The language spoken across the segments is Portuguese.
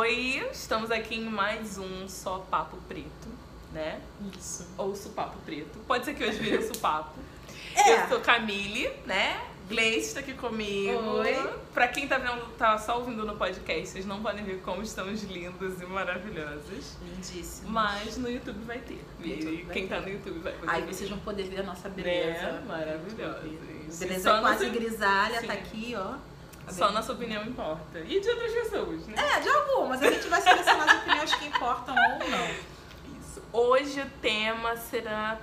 Oi, estamos aqui em mais um Só Papo Preto, né? Isso. Ouço Papo Preto. Pode ser que hoje vire Ouço Papo. É. Eu sou Camille, né? Gleice tá aqui comigo. Oi. Pra quem tá só ouvindo no podcast, vocês não podem ver como estamos lindos e maravilhosos. Lindíssimo. Mas no YouTube vai ter. E quem tá no YouTube vai poder Aí ver. vocês vão poder ver a nossa beleza. Né? Maravilhosa. Beleza Só quase nossa- grisalha, Sim. tá aqui, ó. Tá Só vendo? nossa opinião importa. E de outras pessoas, né? É, de algumas. A gente vai selecionar as opiniões que importam ou não. Isso. Hoje o tema será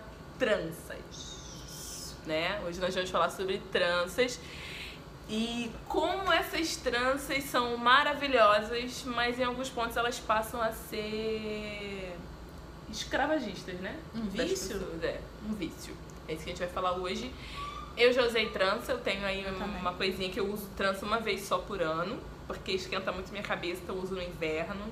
tranças, né? Hoje nós vamos falar sobre tranças e como essas tranças são maravilhosas, mas em alguns pontos elas passam a ser escravagistas, né? Um Das vício? pessoas. É, um vício. É isso que a gente vai falar hoje. Eu já usei trança, eu tenho aí também. uma coisinha que eu uso trança uma vez só por ano, porque esquenta muito minha cabeça, eu uso no inverno.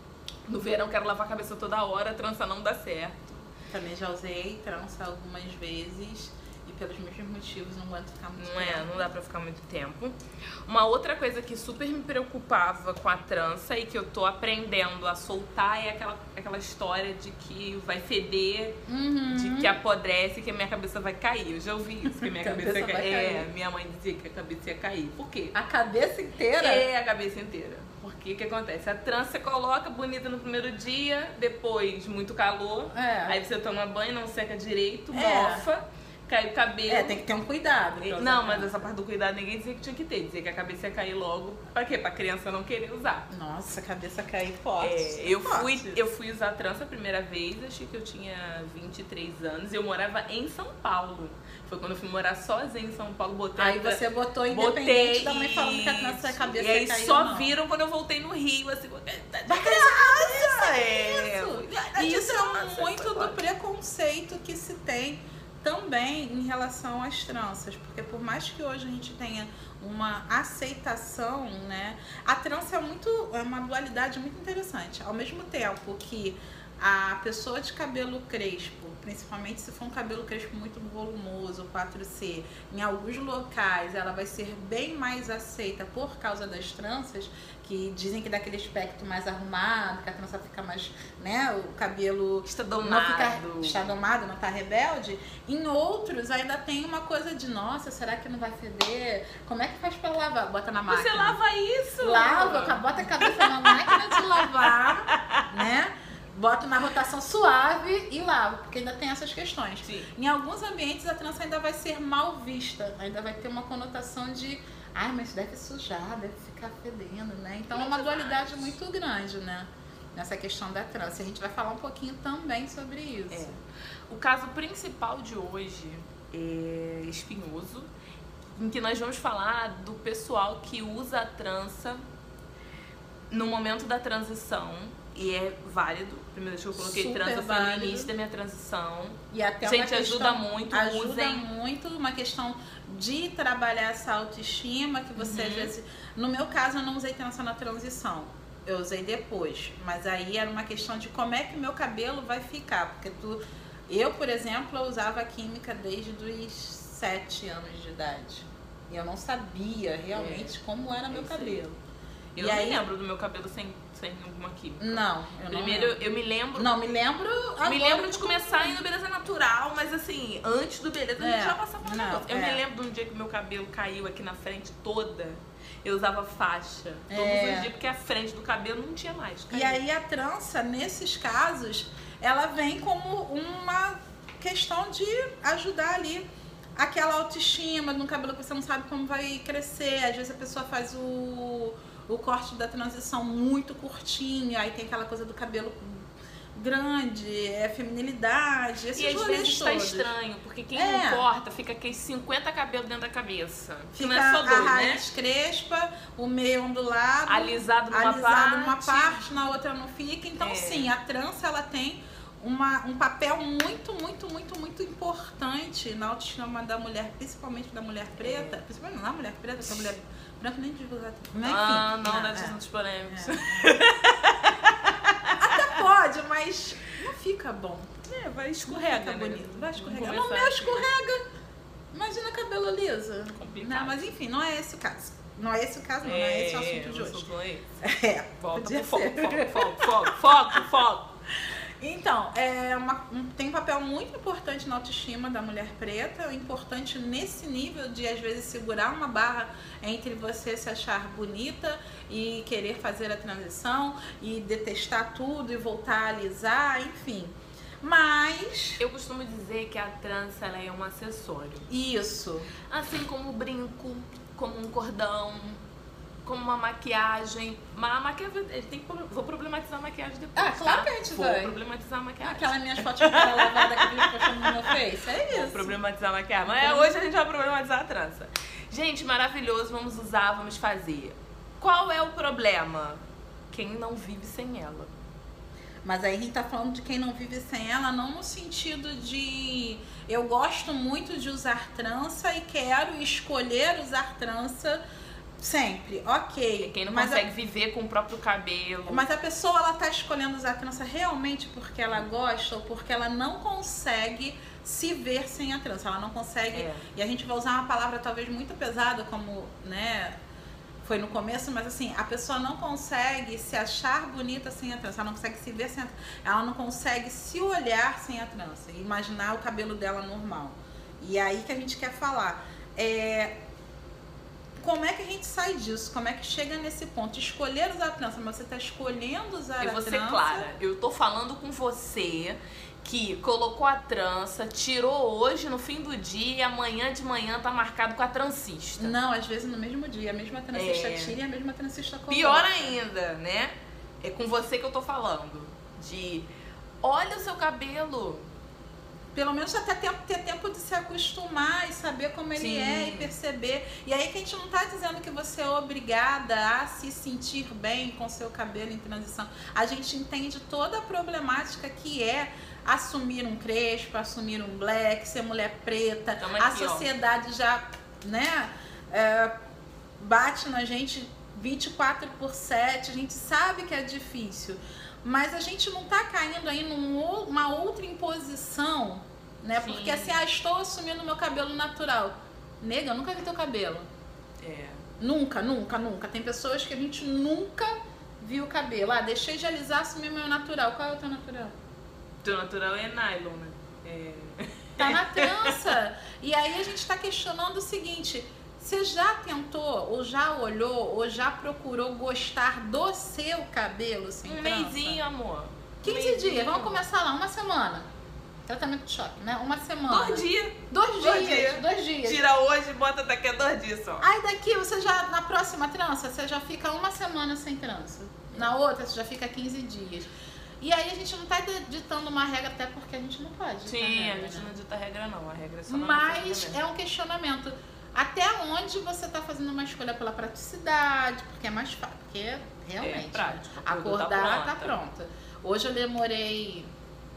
No verão quero lavar a cabeça toda hora, trança não dá certo. Também já usei trança algumas vezes e pelos mesmos motivos não aguento ficar muito Não é, tempo. não dá pra ficar muito tempo. Uma outra coisa que super me preocupava com a trança e que eu tô aprendendo a soltar é aquela história de que vai feder, de que apodrece, que a minha cabeça vai cair. Eu já ouvi isso, que a minha cabeça Cabeça vai vai cair. cair. Minha mãe dizia que a cabeça ia cair. Por quê? A cabeça inteira? É a cabeça inteira. Porque o que acontece? A trança você coloca bonita no primeiro dia, depois muito calor, É. aí você toma banho, não seca direito, É. mofa, cai o cabelo. É, tem que ter um cuidado. pra usar Não, mas trança. essa parte do cuidado ninguém dizia que tinha que ter. Dizia que a cabeça ia cair logo. Pra quê? Pra criança não querer usar. Nossa, a cabeça cair forte. É, eu Forte. fui usar trança a primeira vez, achei que eu tinha 23 anos e eu morava em São Paulo. Foi quando eu fui morar sozinha em São Paulo, botei. Aí você botou independente botei da mãe falando que a trança isso. cabeça E aí ia cair só ou não. viram quando eu voltei no Rio, assim. Da criança! É. E isso é Nossa, muito foi do ótimo. preconceito que se tem também em relação às tranças, porque por mais que hoje a gente tenha uma aceitação, né, a trança é uma dualidade muito interessante. Ao mesmo tempo que a pessoa de cabelo crespo, principalmente se for um cabelo crespo muito volumoso, 4C, em alguns locais ela vai ser bem mais aceita por causa das tranças, que dizem que dá aquele aspecto mais arrumado, que a trança fica mais, né, o cabelo Está não domado. fica está domado, não tá rebelde. Em outros ainda tem uma coisa de, nossa, será que não vai feder? Como é que faz pra lavar? Bota na máquina. Você lava isso? Lava, bota a cabeça na máquina de lavar, né? Bota na rotação suave e lava, porque ainda tem essas questões. Sim. Em alguns ambientes a trança ainda vai ser mal vista, ainda vai ter uma conotação de, ai, mas deve sujar, deve ficar fedendo, né? Então é uma dualidade muito grande, né? Nessa questão da trança. A gente vai falar um pouquinho também sobre isso. É. O caso principal de hoje é espinhoso, em que nós vamos falar do pessoal que usa a trança no momento da transição. E é válido. Primeiro vez que eu coloquei Super trança foi no válido. início da minha transição. E até Gente, uma questão, ajuda muito, ajuda usem. muito uma questão de trabalhar essa autoestima que você às vezes, no meu caso eu não usei trança na transição, eu usei depois, mas aí era uma questão de como é que o meu cabelo vai ficar, porque eu, por exemplo, eu usava química desde os 7 anos de idade e eu não sabia realmente como era meu isso aí. cabelo. Eu E não aí- me lembro do meu cabelo sem alguma química. Não, eu Primeiro, não lembro. eu me lembro. Não, me lembro agora. Me lembro de começar indo beleza natural, mas assim, antes do beleza a gente É, já passava por um não, negócio. Eu é. me lembro de um dia que meu cabelo caiu aqui na frente toda. Eu usava faixa todos É. os dias, porque a frente do cabelo não tinha mais. E aí a trança, nesses casos, ela vem como uma questão de ajudar ali aquela autoestima no cabelo que você não sabe como vai crescer. Às vezes a pessoa faz o corte da transição muito curtinho, aí tem aquela coisa do cabelo grande, feminilidade, esses E às rolês vezes tá todos. estranho, porque quem É. não corta fica aqueles 50 cabelos dentro da cabeça. Que Fica não é só a dois, né? raiz crespa, o meio ondulado, Alisado numa alisado numa parte. parte, na outra não fica. Então, É. sim, a trança ela tem um papel muito, muito, muito, muito importante na autoestima da mulher, principalmente da mulher preta. Principalmente não da mulher preta, porque a mulher branca nem devia usar. Mas, enfim, Ah, não, né, dá de assuntos polêmicos. Até pode, mas não fica bom. É, vai Não escorrega, fica né? bonito. Vai escorregar. Vamos No começar meu aqui. escorrega. Imagina cabelo liso. Complicado. Não, mas enfim, não é esse o caso. Não é esse o caso, não é esse o assunto de hoje. Não é esse. Volta pro foco. Então, tem um papel muito importante na autoestima da mulher preta, importante nesse nível de, às vezes, segurar uma barra entre você se achar bonita e querer fazer a transição e detestar tudo e voltar a alisar, enfim. Mas... eu costumo dizer que a trança, ela é um acessório. Isso. Assim como o brinco, como um cordão, como uma maquiagem. A maquiagem, vou problematizar a maquiagem depois. Claro que a gente vai. Vou problematizar a maquiagem. Aquelas minhas fotos de cara lavada que eu fiz postando no meu Face. É isso. Vou problematizar a maquiagem. Mas hoje a gente vai problematizar a trança. Gente, maravilhoso. Vamos usar, vamos fazer. Qual é o problema? Quem não vive sem ela. Mas aí a gente tá falando de quem não vive sem ela, não no sentido de eu gosto muito de usar trança e quero escolher usar trança sempre, ok. Quem não consegue viver com o próprio cabelo. Mas a pessoa, ela tá escolhendo usar trança realmente porque ela gosta ou porque ela não consegue se ver sem a trança. Ela não consegue... E a gente vai usar uma palavra talvez muito pesada, como, né... foi no começo, mas assim, a pessoa não consegue se achar bonita sem a trança, ela não consegue se ver sem a trança, ela não consegue se olhar sem a trança, imaginar o cabelo dela normal. E é aí que a gente quer falar. Como é que a gente sai disso? Como é que chega nesse ponto? Escolher usar a trança, mas você está escolhendo usar a trança. Eu vou ser clara, eu tô falando com você que colocou a trança, tirou hoje no fim do dia e amanhã de manhã tá marcado com a trancista. Não, às vezes no mesmo dia, a mesma trancista tira e a mesma trancista coloca. Pior ainda, né? É com você que eu tô falando. Olha o seu cabelo. Pelo menos até ter tempo de se acostumar e saber como ele é e perceber. E aí que a gente não tá dizendo que você é obrigada a se sentir bem com seu cabelo em transição. A gente entende toda a problemática que é assumir um crespo, assumir um black, ser mulher preta. Aqui, a sociedade já, né, bate na gente 24/7. A gente sabe que é difícil. Mas a gente não tá caindo aí numa outra imposição, né? Sim. Porque assim, estou assumindo meu cabelo natural. Nega, eu nunca vi teu cabelo. Nunca. Tem pessoas que a gente nunca viu o cabelo. Deixei de alisar, assumi meu natural. Qual é o teu natural? Teu natural é nylon, né? Tá na trança. E aí a gente tá questionando o seguinte... Você já tentou, ou já olhou, ou já procurou gostar do seu cabelo sem trança? Mêsinho, amor. 15 dias, vamos começar lá, uma semana. Tratamento de choque, né? Uma semana. 2 dias. 2 dias. Tira hoje e bota daqui a 2 dias só. Aí daqui, você já, na próxima trança, você já fica uma semana sem trança. Na outra, você já fica 15 dias. E aí a gente não tá ditando uma regra, até porque a gente não pode. Sim, a gente não dita regra não, a regra é só na Mas é um questionamento. Até onde você está fazendo uma escolha pela praticidade, porque é mais fácil, porque realmente prático, acordar tá pronta. Hoje eu demorei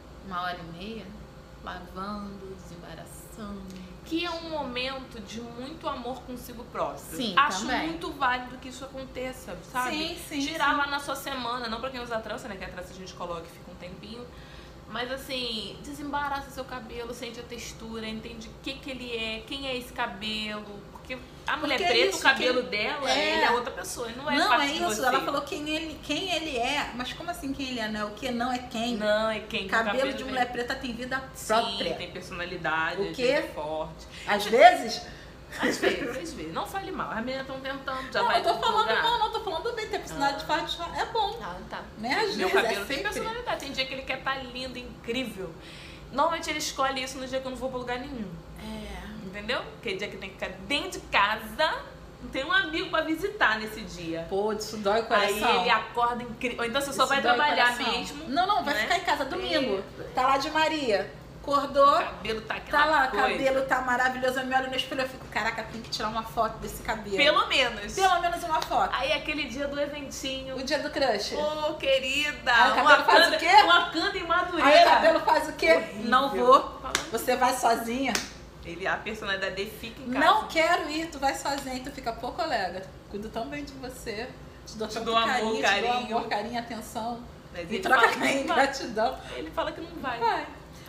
1h30 lavando, desembaraçando. Que é um momento de muito amor consigo próprio. Sim, acho também. muito válido que isso aconteça, sabe? Sim. Tirar lá na sua semana, não pra quem usa a trança, né? Que a trança a gente coloca e fica um tempinho. Mas assim, desembaraça seu cabelo, sente a textura, entende o que ele é, quem é esse cabelo. Porque a mulher preta, o cabelo dela, ele é outra pessoa, ele não é parte de você. Ela falou quem ele é, mas como assim quem ele é, né? O que não é quem? Não, é quem. Cabelo de mulher preta tem vida própria. Sim, tem personalidade, o quê? É forte. Às vezes... Às vezes. Não fale mal. As meninas estão tentando, já não, vai eu tô falando, tô falando bem, ter personalidade forte é bom. Tá. Né? Às Meu vezes cabelo tem personalidade. Tem dia que ele quer estar lindo, incrível. Normalmente ele escolhe isso no dia que eu não vou pra lugar nenhum. Entendeu? Porque dia que tem que ficar dentro de casa, não tem um amigo pra visitar nesse dia. Pô, isso dói o coração. Aí ele acorda incrível. Ou então você só vai trabalhar mesmo. Não, vai ficar em casa domingo. Tá lá de Maria. Acordou, o cabelo tá aquela tá lá, coisa. O cabelo tá maravilhoso. Eu me olho no espelho e fico, caraca, tem que tirar uma foto desse cabelo. Pelo menos uma foto. Aí aquele dia do eventinho. O dia do crush. Ô, querida. Aí o cabelo faz o quê? Uma canta em Madureira. Aí o cabelo faz o quê? Horrível. Não vou. Você vai sozinha. A personalidade dele fica em casa. Não quero ir, tu vai sozinha. E tu fica, pô, colega, cuido tão bem de você. Te dou tanto carinho, te dou amor, carinho, atenção. Mas e troca carinho, gratidão. Ele fala que não vai. Vai.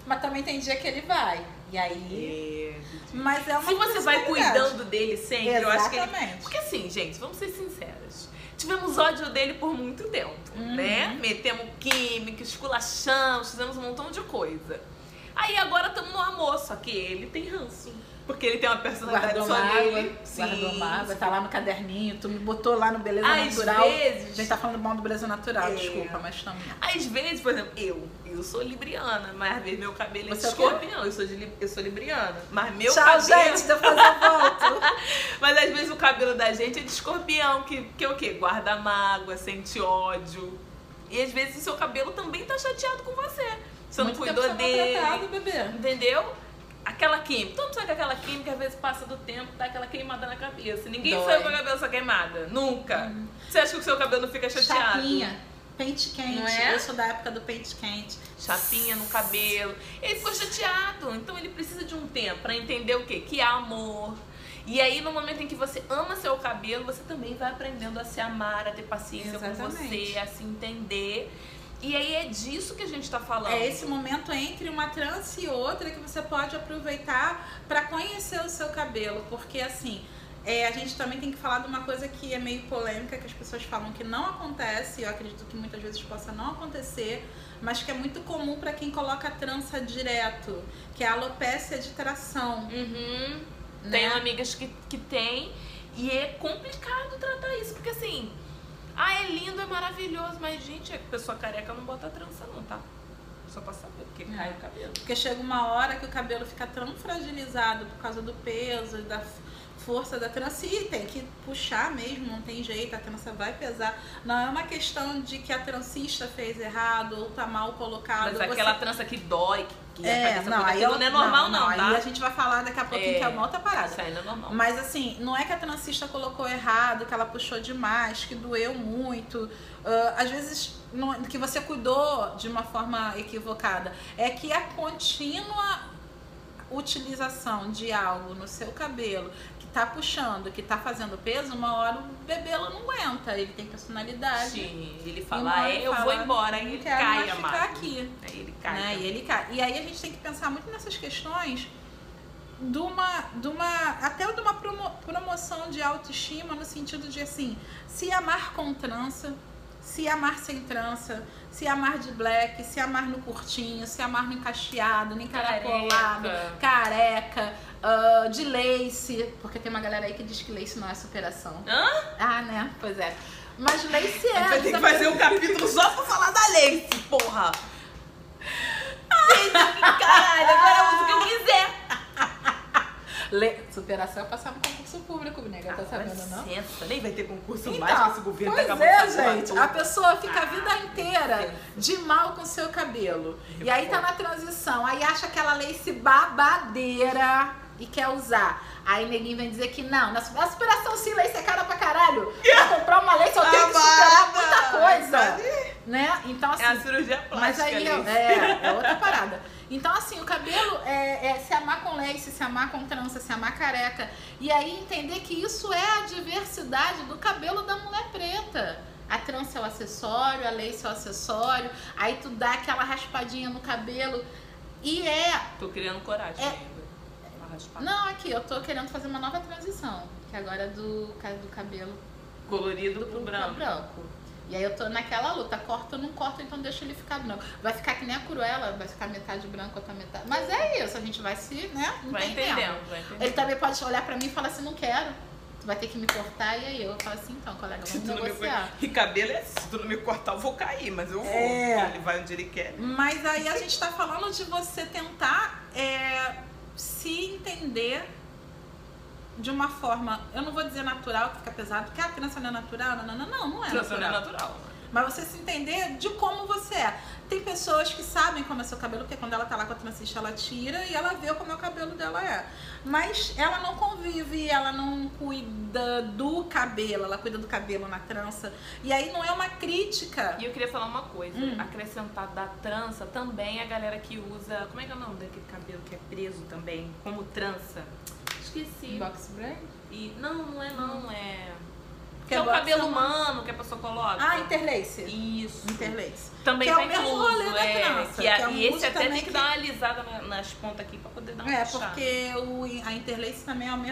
mas também tem dia que ele vai. E aí... Mas é uma Se você vai cuidando dele sempre, exatamente. Eu acho que ele... Porque assim, gente, vamos ser sinceras. Tivemos ódio dele por muito tempo, né? Metemos química, esculachamos, fizemos um montão de coisa. Aí agora estamos no amor, só que ele tem ranço. Porque ele tem uma personalidade guardou só dele. Guardou mágoa, tá lá no caderninho, tu me botou lá no Beleza Às Natural. vezes... A gente tá falando mal do Beleza Natural, desculpa, mas também. Às vezes, por exemplo, eu sou libriana, mas às vezes meu cabelo é de Você escorpião. Eu sou libriana, mas meu Tchau, cabelo... gente, depois eu volto. Mas às vezes o cabelo da gente é de escorpião, que é o quê? Guarda mágoa, sente ódio. E às vezes o seu cabelo também tá chateado com você. Você não cuidou dele. Bebê. Entendeu? Aquela química. Todo mundo sabe que aquela química, às vezes passa do tempo, dá aquela queimada na cabeça. Ninguém saiu com a cabeça queimada. Nunca. Você acha que o seu cabelo não fica chateado? Chapinha. Pente quente. Não é? Eu sou da época do pente quente. Chapinha no cabelo. Ele ficou chateado. Então ele precisa de um tempo pra entender o quê? Que é amor. E aí, no momento em que você ama seu cabelo, você também vai aprendendo a se amar, a ter paciência com você, a se entender. E aí é disso que a gente tá falando. É esse momento entre uma trança e outra que você pode aproveitar para conhecer o seu cabelo. Porque assim, a gente também tem que falar de uma coisa que é meio polêmica, que as pessoas falam que não acontece. Eu acredito que muitas vezes possa não acontecer, mas que é muito comum para quem coloca a trança direto, que é a alopécia de tração. Né? Tenho amigas que tem, e é complicado tratar isso, porque assim... é lindo, é maravilhoso, mas, gente, a pessoa careca não bota trança não, tá? Só pra saber, porque cai o cabelo. Porque chega uma hora que o cabelo fica tão fragilizado por causa do peso e da força da trança, e tem que puxar mesmo, não tem jeito, a trança vai pesar. Não é uma questão de que a trancista fez errado ou tá mal colocado. Mas aquela trança que dói, que a cabeça não, aí não é normal não, tá? Aí a gente vai falar daqui a pouquinho que é uma outra parada. Isso aí não é normal. Mas assim, não é que a trancista colocou errado, que ela puxou demais, que doeu muito. Às vezes que você cuidou de uma forma equivocada. É que a contínua utilização de algo no seu cabelo que tá puxando, que tá fazendo peso, uma hora o bebê não aguenta, ele tem personalidade. Sim, ele fala, eu vou embora, aí ele cai, amado. Aqui. Aí ele cai. Né? E ele cai. E aí a gente tem que pensar muito nessas questões até de uma promoção de autoestima, no sentido de assim, se amar com trança, se amar sem trança, se amar de black, se amar no curtinho, se amar no encaixeado, no encaracolado, careca, de lace, porque tem uma galera aí que diz que lace não é superação. Né? Pois é. Mas lace é. Vai ter que fazer um capítulo só pra falar da lace, porra! Gente, caralho, agora eu uso o que eu quiser. Superação é passar no concurso público, nega, tá sabendo, não? Licença, nem vai ter concurso então, mais que esse governo pois tá acabando gente, a pessoa fica a vida inteira de mal com o seu cabelo. E aí tá na transição, aí acha aquela lace babadeira e quer usar. Aí neguinho vem dizer que não, na superação sim, lace é cara pra caralho. Pra comprar uma lace eu tenho que superar muita coisa. Né? Então, assim, é a cirurgia plástica. Mas aí é outra parada. Então, assim, o cabelo é se amar com lace, se amar com trança, se amar careca. E aí entender que isso é a diversidade do cabelo da mulher preta. A trança é o acessório, a lace é o acessório. Aí tu dá aquela raspadinha no cabelo. E Tô criando coragem ainda. Não, aqui, eu tô querendo fazer uma nova transição. Que agora é do cabelo colorido pro branco. E aí eu tô naquela luta, corto ou não corto, então deixa ele ficar branco. Vai ficar que nem a Cruella, vai ficar metade branco, outra metade. Mas é isso, a gente vai se, né? Vai entendendo. Ele também pode olhar pra mim e falar assim, não quero. Tu vai ter que me cortar, e aí eu falo assim, então, colega, vamos negociar. E cabelo é, se tu não me cortar, eu vou cair, mas eu vou. Ele vai onde ele quer. Mas aí a gente tá falando de você tentar se entender de uma forma, eu não vou dizer natural, que fica pesado, porque a trança não é natural, não é trança natural. Não é natural. Mas você se entender de como você é. Tem pessoas que sabem como é seu cabelo, porque quando ela tá lá com a transista, ela tira e ela vê como é o cabelo dela é. Mas ela não convive, ela não cuida do cabelo, ela cuida do cabelo na trança. E aí não é uma crítica. E eu queria falar uma coisa, acrescentar da trança também a galera que usa, como é que é o nome daquele cabelo que é preso também, como trança? Esqueci. Box braid? E, não é. Que é o cabelo humano que a pessoa coloca. Ah, interlace. Isso. Interlace. Também que tá é o mesmo incluso, rolê da trança. E esse até tem que dar uma alisada nas pontas aqui pra poder dar uma puxada. Porque a interlace também é o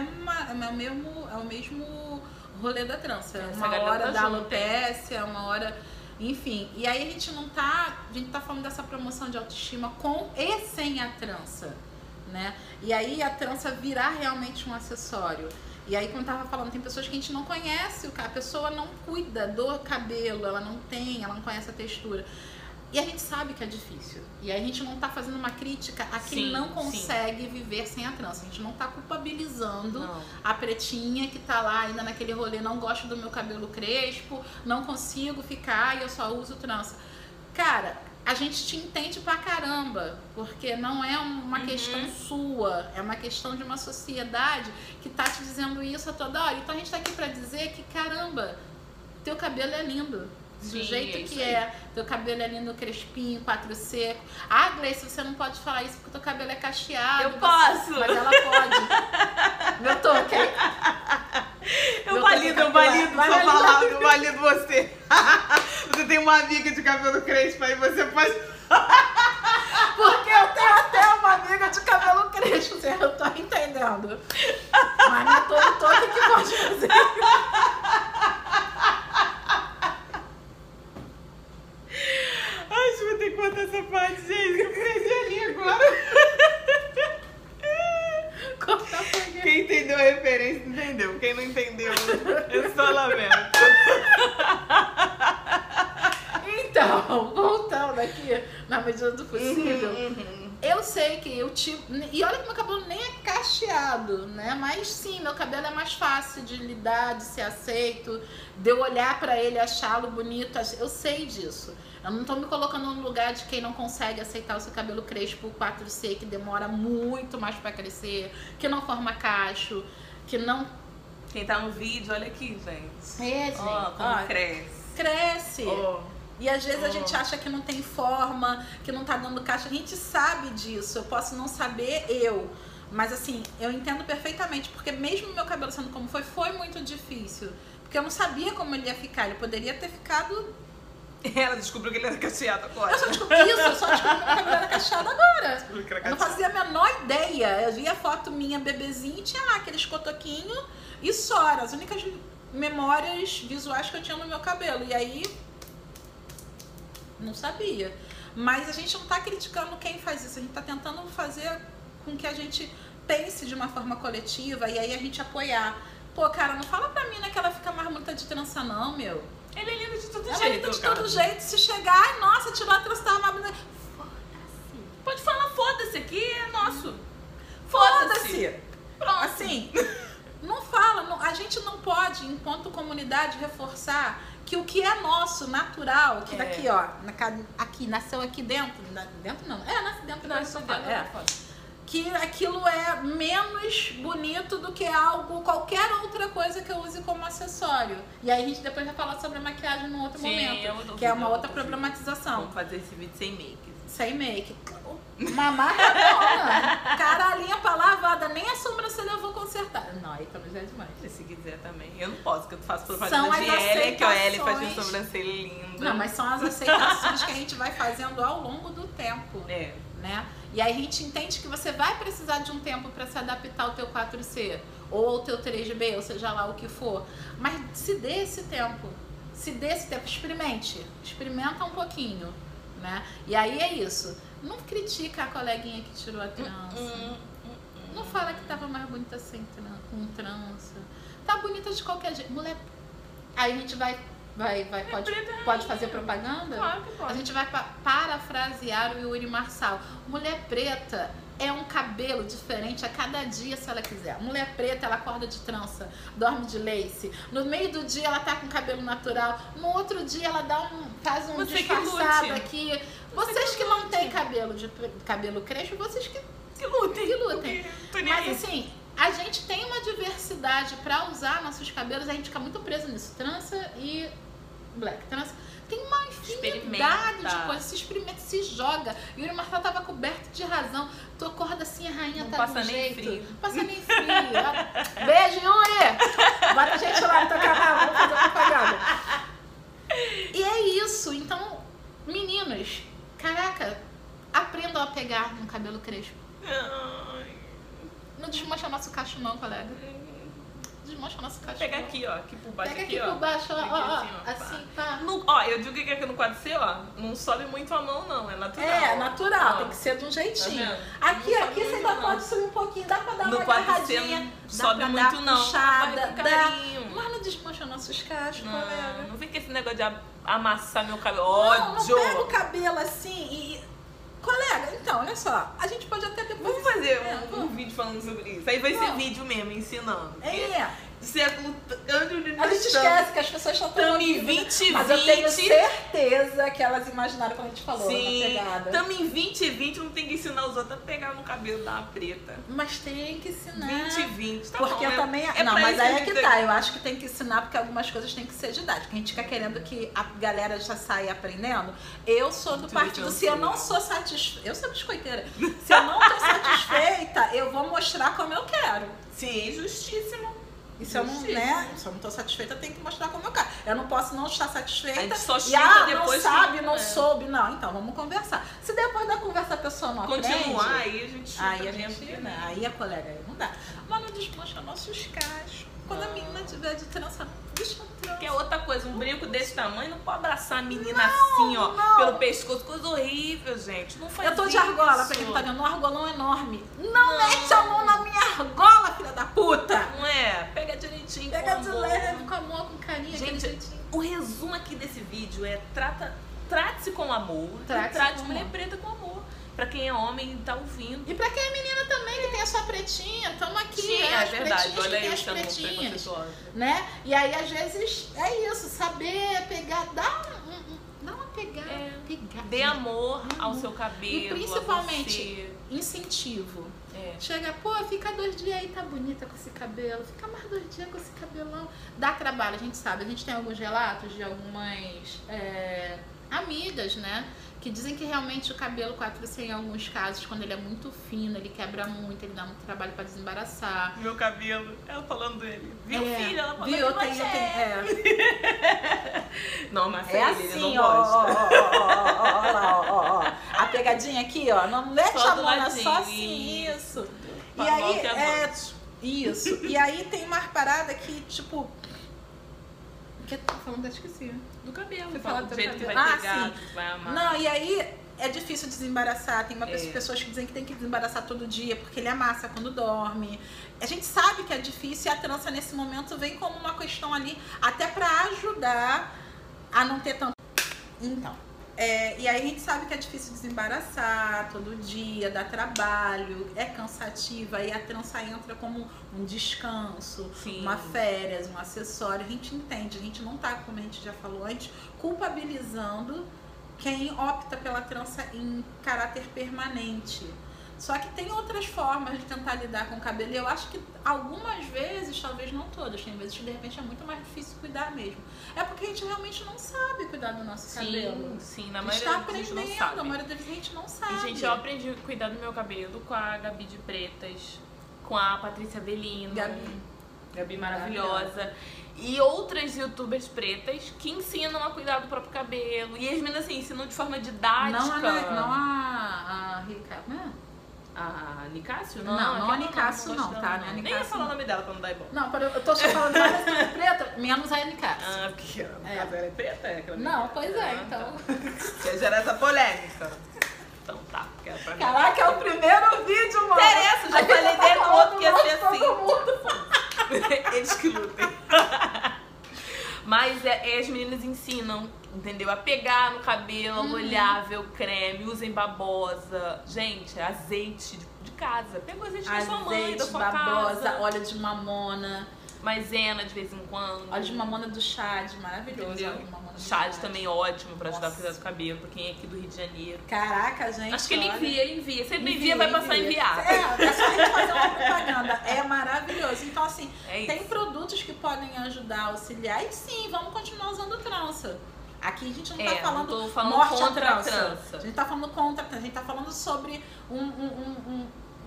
mesmo rolê da trança. Uma hora da alopécia, uma hora... Enfim, e aí a gente tá falando dessa promoção de autoestima com e sem a trança, né? E aí a trança virar realmente um acessório. E aí, como eu tava falando, tem pessoas que a gente não conhece, a pessoa não cuida do cabelo, ela não conhece a textura. E a gente sabe que é difícil. E aí a gente não tá fazendo uma crítica a quem não consegue viver sem a trança. A gente não tá culpabilizando a pretinha que tá lá ainda naquele rolê, não gosto do meu cabelo crespo, não consigo ficar e eu só uso trança. Cara, a gente te entende pra caramba, porque não é uma questão sua, é uma questão de uma sociedade que tá te dizendo isso a toda hora. Então a gente tá aqui pra dizer que, caramba, teu cabelo é lindo. Do jeito que é, teu cabelo é lindo, crespinho, 4 seco. Ah, Gleice, você não pode falar isso porque teu cabelo é cacheado. Eu posso! Mas ela pode. Meu toque. Eu valido sua palavra, eu valido você. Você tem uma amiga de cabelo crespo aí, você pode... Porque eu tenho até uma amiga de cabelo crespo, eu tô entendendo. Mas não é todo toque que pode fazer. Ai, deixa eu ter que contar essa parte, gente. Eu perdi ali agora. Quem entendeu a referência, entendeu. Quem não entendeu, eu só lamento. Então, voltando aqui, na medida do possível, eu sei que eu e olha que meu cabelo nem é cacheado, né? Mas sim, meu cabelo é mais fácil de lidar, de ser aceito, de eu olhar pra ele e achá-lo bonito. Eu sei disso. Eu não tô me colocando no lugar de quem não consegue aceitar o seu cabelo crespo 4C, que demora muito mais pra crescer, que não forma cacho, que não... Quem tá no vídeo, olha aqui, gente. É, gente. Ó, como cresce. Cresce. E às vezes a gente acha que não tem forma, que não tá dando cacho. A gente sabe disso. Eu posso não saber, mas assim, eu entendo perfeitamente. Porque mesmo meu cabelo sendo como foi muito difícil. Porque eu não sabia como ele ia ficar. Ele poderia ter ficado... Ela descobriu que ele era cacheado agora. Eu só descobri que meu cabelo era cacheado agora. Eu não fazia a menor ideia. Eu via a foto minha bebezinha e tinha lá aqueles cotoquinhos e só. As únicas memórias visuais que eu tinha no meu cabelo. E aí... não sabia. Mas a gente não tá criticando quem faz isso. A gente tá tentando fazer com que a gente pense de uma forma coletiva e aí a gente apoiar. Pô, cara, não fala pra mim, né, que ela fica mais bonita de trança não, meu. Ele é lindo de todo jeito. Ela é linda de todo jeito. Se chegar, ai, nossa, tirou a trança, tava mais bonita. Foda-se. Pode falar, foda-se, aqui é nosso. Foda-se. Pronto. Assim, não fala. Não, a gente não pode, enquanto comunidade, reforçar que o que é nosso, natural, que daqui, ó, aqui, nasceu aqui dentro. Dentro não. Nasce dentro da sofá. Que aquilo é menos bonito do que qualquer outra coisa que eu use como acessório. E aí a gente depois vai falar sobre a maquiagem num outro momento, que é uma outra problematização. Vamos fazer esse vídeo sem make. Sem make. Uma marradona. Caralhinha pra lavada, nem a sobrancelha eu vou consertar. Não, aí também já é demais. Se quiser também. Eu não posso, porque eu faço propaganda de Ellie, que a Ellie faz uma sobrancelha linda. Não, mas são as aceitações que a gente vai fazendo ao longo do tempo. Né? E aí a gente entende que você vai precisar de um tempo para se adaptar ao teu 4C ou ao teu 3B, ou seja lá o que for. Mas se dê esse tempo. Experimenta um pouquinho, né? E aí é isso. Não critica a coleguinha que tirou a trança. Não fala que tava mais bonita com trança. Tá bonita de qualquer jeito. Mulher. Aí a gente pode fazer propaganda? Claro que pode. A gente vai parafrasear o Yuri Marçal. Mulher preta é um cabelo diferente a cada dia, se ela quiser. Mulher preta, ela acorda de trança, dorme de lace. No meio do dia, ela tá com cabelo natural. No outro dia, ela faz um disfarçado aqui. Vocês que não têm cabelo crespo, vocês que lutem. Mas assim, a gente tem uma diversidade pra usar nossos cabelos. A gente fica muito preso nisso. Trança e black. Trança. Tem uma infinidade de coisas. Se experimenta, se joga. Yuri Marçal tava coberto de razão. Tu acorda assim, a rainha não tá passa de um nem jeito. frio. Passa nem frio. Beijo, Yuri! Bota a gente lá no teu canal, vamos fazer propaganda. E é isso. Então, meninos, caraca, aprendam a pegar no cabelo crespo. Não desmancha nosso cacho não, colega. Desmancha nosso cacho. Pega aqui, ó. Aqui por baixo. Pega aqui por baixo, ó. Assim, pá. Ó, eu digo que aqui no quadro C, ó, não sobe muito a mão, não. É natural. É, natural. Ó. Tem que ser de um jeitinho. Tá aqui não você ainda pode subir um pouquinho. Dá pra dar no uma quadro C agarradinha. não Dá sobe pra muito, dar não. puxada. Vai com Dá. carinho. Mas não desmancha nossos cachos, colega. Não vem com esse negócio de amassar meu cabelo. Não Ódio! pega o cabelo assim e... Colega, então, olha só. A gente pode até depois... Vamos fazer um vídeo falando sobre isso. Aí vai ser Vamos. vídeo mesmo, ensinando. É. Século... A gente esquece que as pessoas estão Tamo em ouvindo, 2020. Mas eu tenho certeza que elas imaginaram quando a gente falou Sim, na pegada. tamo em 2020, não tem que ensinar os outros a pegar no cabelo da preta. Mas tem que ensinar. 2020, tá porque bom. eu também... não, pra mas isso aí é a que gente tá. Eu acho que tem que ensinar porque algumas coisas têm que ser didáticas. A gente fica querendo que a galera já saia aprendendo. Eu sou do partido. Se eu não sou satisfeita... Eu sou biscoiteira. Se eu não tô satisfeita, eu vou mostrar como eu quero. Sim, justíssimo. E se eu não, né? Se eu não tô satisfeita, eu tenho que mostrar como eu quero. Eu não posso não estar satisfeita. A gente só e xinga não depois sabe, que- não é. soube. Não, então vamos conversar. Se depois da conversa a pessoa não Continuar, aprende... aí a gente... Aí a gente, né? Aí a colega aí não dá. Mas não desmancha nossos cachos. Quando a menina tiver de trança, deixa trança. Que é outra coisa, um brinco desse tamanho não pode abraçar a menina assim, ó, não. pelo pescoço. Coisa horrível, gente. Não faz Eu tô de isso. argola, pra quem não tá vendo, um argolão enorme. Não mete a mão na minha argola, filha da puta! Não é? Pega direitinho. Pega com de amor. leve, com amor, com carinho, aquele Gente, jeitinho. o resumo aqui desse vídeo é trate-se com amor. Trate-se Trate com mulher amor. preta com amor. Pra quem é homem e tá ouvindo. E pra quem é menina também, que tem a sua pretinha, tamo aqui, Sim, né? é As verdade. pretinhas Olha que tem aí, as sendo pretinhas, preconceituosa. né? E aí, às vezes, é isso, saber pegar, dá uma pegada, É. pegar. Dê amor ao Amor. seu cabelo. E principalmente, a incentivo. você. É. Chega, pô, fica 2 dias aí, tá bonita com esse cabelo. Fica mais 2 dias com esse cabelão. Dá trabalho, a gente sabe. A gente tem alguns relatos de algumas amigas, né? Que dizem que realmente o cabelo 4C, em alguns casos, quando ele é muito fino, ele quebra muito, ele dá muito trabalho pra desembaraçar. Meu cabelo. Ela falando dele. Viu, É, filha? Ela falando viu? que Tem, Não, mas é ele assim, não ó, gosta. ó. A pegadinha aqui, ó. Não mete Só a do mão, é ladinho, só assim, isso. E Pra mal aí, que avante. isso. E aí tem uma parada que, tipo... O que eu tô falando? Eu esqueci. Do cabelo. Fui Fala falar do do jeito que vai cabelo. pegar, Sim. que vai amar. Não, e aí é difícil desembaraçar. Tem É. pessoas que dizem que tem que desembaraçar todo dia porque ele amassa quando dorme. A gente sabe que é difícil e a trança nesse momento vem como uma questão ali até pra ajudar a não ter tanto... Então, e aí a gente sabe que é difícil desembaraçar todo dia, dá trabalho, é cansativa, e a trança entra como um descanso, Sim. uma férias, um acessório. A gente entende, a gente não tá, como a gente já falou antes, culpabilizando quem opta pela trança em caráter permanente. Só que tem outras formas de tentar lidar com o cabelo. E eu acho que algumas vezes, talvez não todas, tem vezes que de repente é muito mais difícil cuidar mesmo. É porque a gente realmente não sabe cuidar do nosso cabelo. Sim, na A gente maioria tá das vezes aprendendo, não sabe. a maioria das vezes a gente não sabe. E, gente, eu aprendi a cuidar do meu cabelo com a Gabi de Pretas, com a Patrícia Avelino. Gabi maravilhosa. E outras youtubers pretas que ensinam a cuidar do próprio cabelo. E as meninas, assim, ensinam de forma didática. Não a Rica, né? A Nicásio? Não a aquela Nicásio gosto não, dela, tá? Não é a Nem ia Nicásio, falar o não. nome dela pra não dar ibope. Não, eu tô só falando mais da preta, menos a Nicásio. Ah, porque no caso ela é preta? É aquela Não, menina? pois é, Ah, então. Tá. Quer gerar essa polêmica. Então tá, porque era pra mim. Caraca, é o primeiro vídeo, mano. Interessa, já A gente falei tá desde o falando outro que ia mal ser de todo assim. mundo. Eles que lutem. Mas as meninas ensinam, entendeu? A pegar no cabelo, a molhar, ver o creme, usem babosa. Gente, azeite de casa. Pega o azeite da sua mãe, da Azeite, sua babosa, casa. óleo de mamona. Maisena de vez em quando. Óleo de mamona do Chad, maravilhoso. Entendeu? Óleo de mamona do Chá também ótimo pra ajudar a Nossa. cuidar do cabelo, pra quem é aqui do Rio de Janeiro. Caraca, gente. Acho que ele olha. envia. Sempre envia, vai passar a enviar. É só a gente fazer uma propaganda. É maravilhoso. Então, assim, É tem isso. produtos que podem ajudar, auxiliar. E sim, vamos continuar usando trança. Aqui a gente não tá não falando, tô falando morte contra à a trança. A gente tá falando contra a trança. A gente tá falando sobre um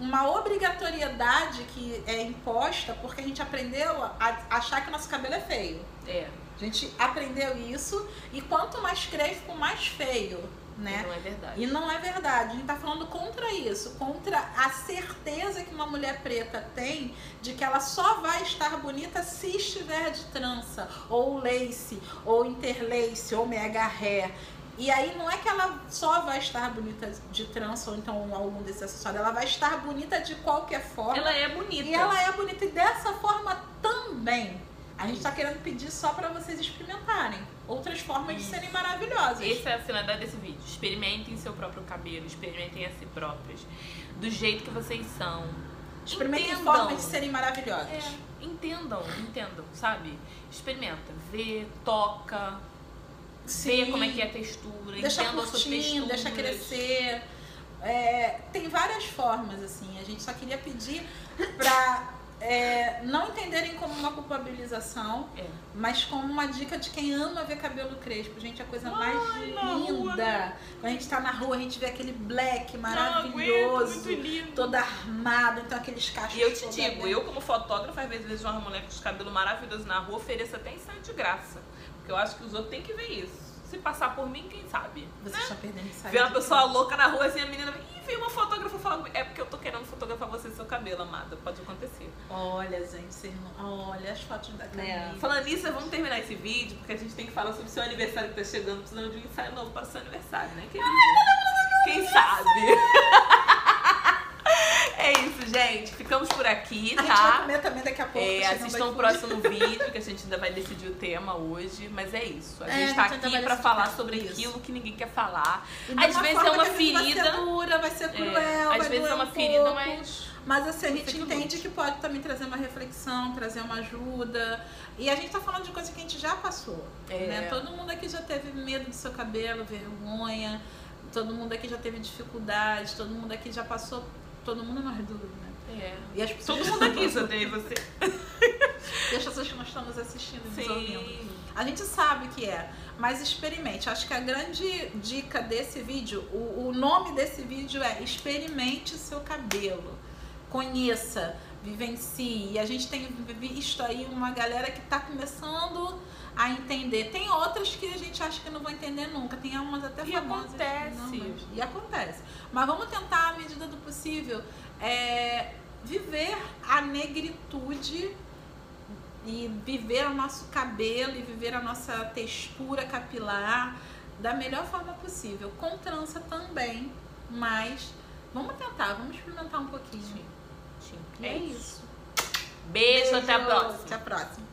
uma obrigatoriedade que é imposta porque a gente aprendeu a achar que o nosso cabelo é feio. A gente aprendeu isso e quanto mais crespo, mais feio, né? E não é verdade. E não é verdade. A gente tá falando contra isso, contra a certeza que uma mulher preta tem de que ela só vai estar bonita se estiver de trança, ou lace, ou interlace, ou mega hair. E aí não é que ela só vai estar bonita de trança ou então algum desses acessórios, ela vai estar bonita de qualquer forma. Ela é bonita. E ela é bonita e dessa forma também. A gente tá querendo pedir só pra vocês experimentarem outras formas de serem maravilhosas. Essa é a finalidade desse vídeo. Experimentem seu próprio cabelo, experimentem a si próprias, do jeito que vocês são. Experimentem Entendam. formas de serem maravilhosas. Entendam, sabe? Experimenta, vê, toca, Sim. vê como é que é a textura, Deixa entenda a sua curtindo, textura. deixa crescer. Tem várias formas, assim. A gente só queria pedir pra não entenderem como uma culpabilização, mas como uma dica de quem ama ver cabelo crespo. Gente, a coisa mais linda. Quando a gente tá na rua, a gente vê aquele black maravilhoso, muito lindo. todo armado, então aqueles cachos. E eu te digo, eu como fotógrafa, às vezes vejo uma mulher com os cabelos maravilhosos na rua, ofereço até ensaio de graça. Porque eu acho que os outros têm que ver isso. Se passar por mim, quem sabe? Você está perdendo ensaio. Ver uma pessoa louca na rua, assim, a menina vem uma fotógrafa falando, é porque eu tô querendo fotografar você e seu cabelo, amada. Pode acontecer. Olha, gente, vocês não... olha as fotos da Camila. Falando nisso, vamos terminar esse vídeo, porque a gente tem que falar sobre o seu aniversário que tá chegando, precisando de um ensaio novo para o seu aniversário, né, querida? Quem sabe? É isso, gente. Ficamos por aqui, tá? A gente vai comer também daqui a pouco. Assistam o próximo vídeo, que a gente ainda vai decidir o tema hoje. Mas é isso. A gente tá aqui pra falar sobre aquilo que ninguém quer falar. Às vezes é uma ferida. Vai ser dura, vai ser cruel, às vezes é uma ferida, pouco, mas assim, a gente entende que pode também trazer uma reflexão, trazer uma ajuda. E a gente tá falando de coisa que a gente já passou. Né? Todo mundo aqui já teve medo do seu cabelo, vergonha. Todo mundo aqui já teve dificuldade. Todo mundo aqui já passou. Todo mundo nós duas, né? E as pessoas... Todo mundo aqui já tem você. E as pessoas que nós estamos assistindo e nos ouvindo. A gente sabe que mas experimente. Acho que a grande dica desse vídeo, o nome desse vídeo é experimente seu cabelo. Conheça, vivencie. E a gente tem visto aí uma galera que tá começando a entender. Tem outras que a gente acha que não vão entender nunca. Tem umas até famosas. E acontece. Mas vamos tentar, à medida do possível, viver a negritude e viver o nosso cabelo e viver a nossa textura capilar da melhor forma possível. Com trança também, mas vamos tentar, vamos experimentar um pouquinho. É isso. Beijo, até a próxima. Até a próxima.